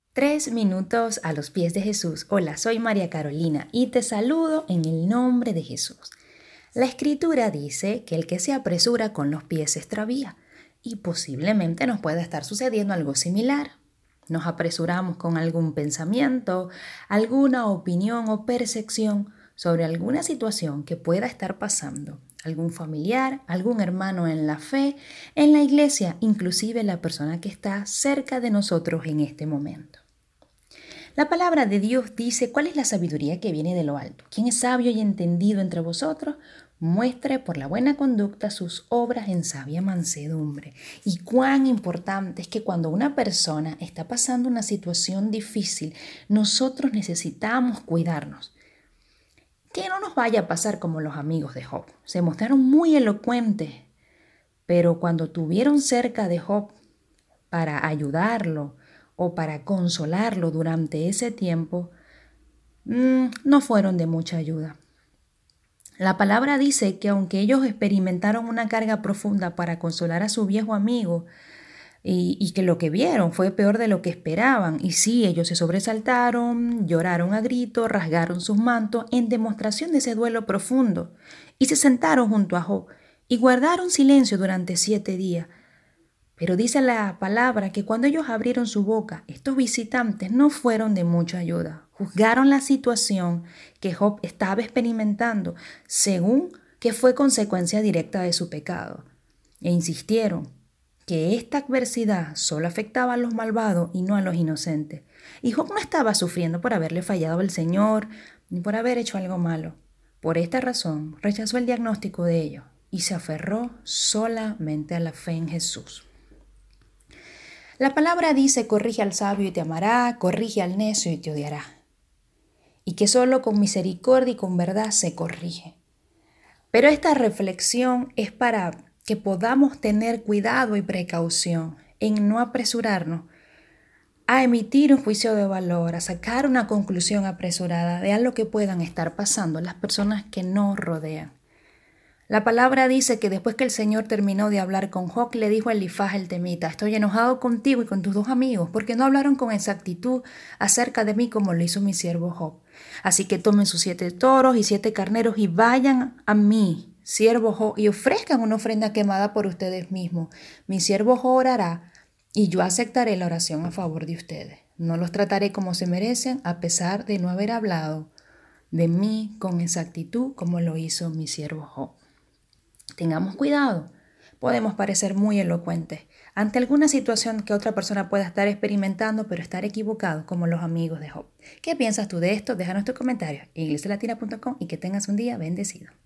3 minutos a los pies de Jesús. Hola, soy María Carolina y te saludo en el nombre de Jesús. La Escritura dice que el que se apresura con los pies se extravía y posiblemente nos pueda estar sucediendo algo similar. Nos apresuramos con algún pensamiento, alguna opinión o percepción sobre alguna situación que pueda estar pasando. Algún familiar, algún hermano en la fe, en la iglesia, inclusive la persona que está cerca de nosotros en este momento. La palabra de Dios dice: ¿cuál es la sabiduría que viene de lo alto? ¿Quién es sabio y entendido entre vosotros? Muestre por la buena conducta sus obras en sabia mansedumbre. Y cuán importante es que cuando una persona está pasando una situación difícil, nosotros necesitamos cuidarnos. Que no nos vaya a pasar como los amigos de Job. Se mostraron muy elocuentes, pero cuando tuvieron cerca de Job para ayudarlo o para consolarlo durante ese tiempo, no fueron de mucha ayuda. La palabra dice que aunque ellos experimentaron una carga profunda para consolar a su viejo amigo, y que lo que vieron fue peor de lo que esperaban. Y sí, ellos se sobresaltaron, lloraron a grito, rasgaron sus mantos en demostración de ese duelo profundo. Y se sentaron junto a Job y guardaron silencio durante 7 días. Pero dice la palabra que cuando ellos abrieron su boca, estos visitantes no fueron de mucha ayuda. Juzgaron la situación que Job estaba experimentando según que fue consecuencia directa de su pecado. E insistieron que esta adversidad solo afectaba a los malvados y no a los inocentes. Y Job no estaba sufriendo por haberle fallado al Señor ni por haber hecho algo malo. Por esta razón rechazó el diagnóstico de ellos y se aferró solamente a la fe en Jesús. La palabra dice: corrige al sabio y te amará, corrige al necio y te odiará. Y que solo con misericordia y con verdad se corrige. Pero esta reflexión es para que podamos tener cuidado y precaución en no apresurarnos a emitir un juicio de valor, a sacar una conclusión apresurada de algo que puedan estar pasando las personas que nos rodean. La palabra dice que después que el Señor terminó de hablar con Job, le dijo a Elifaz el temita: estoy enojado contigo y con tus 2 amigos, porque no hablaron con exactitud acerca de mí como lo hizo mi siervo Job. Así que tomen sus 7 toros y 7 carneros y vayan a mí, siervo Job, y ofrezcan una ofrenda quemada por ustedes mismos. Mi siervo Job orará y yo aceptaré la oración a favor de ustedes. No los trataré como se merecen, a pesar de no haber hablado de mí con exactitud como lo hizo mi siervo Job. Tengamos cuidado. Podemos parecer muy elocuentes ante alguna situación que otra persona pueda estar experimentando, pero estar equivocado como los amigos de Job. ¿Qué piensas tú de esto? Déjanos tus comentarios en iglesialatina.com y que tengas un día bendecido.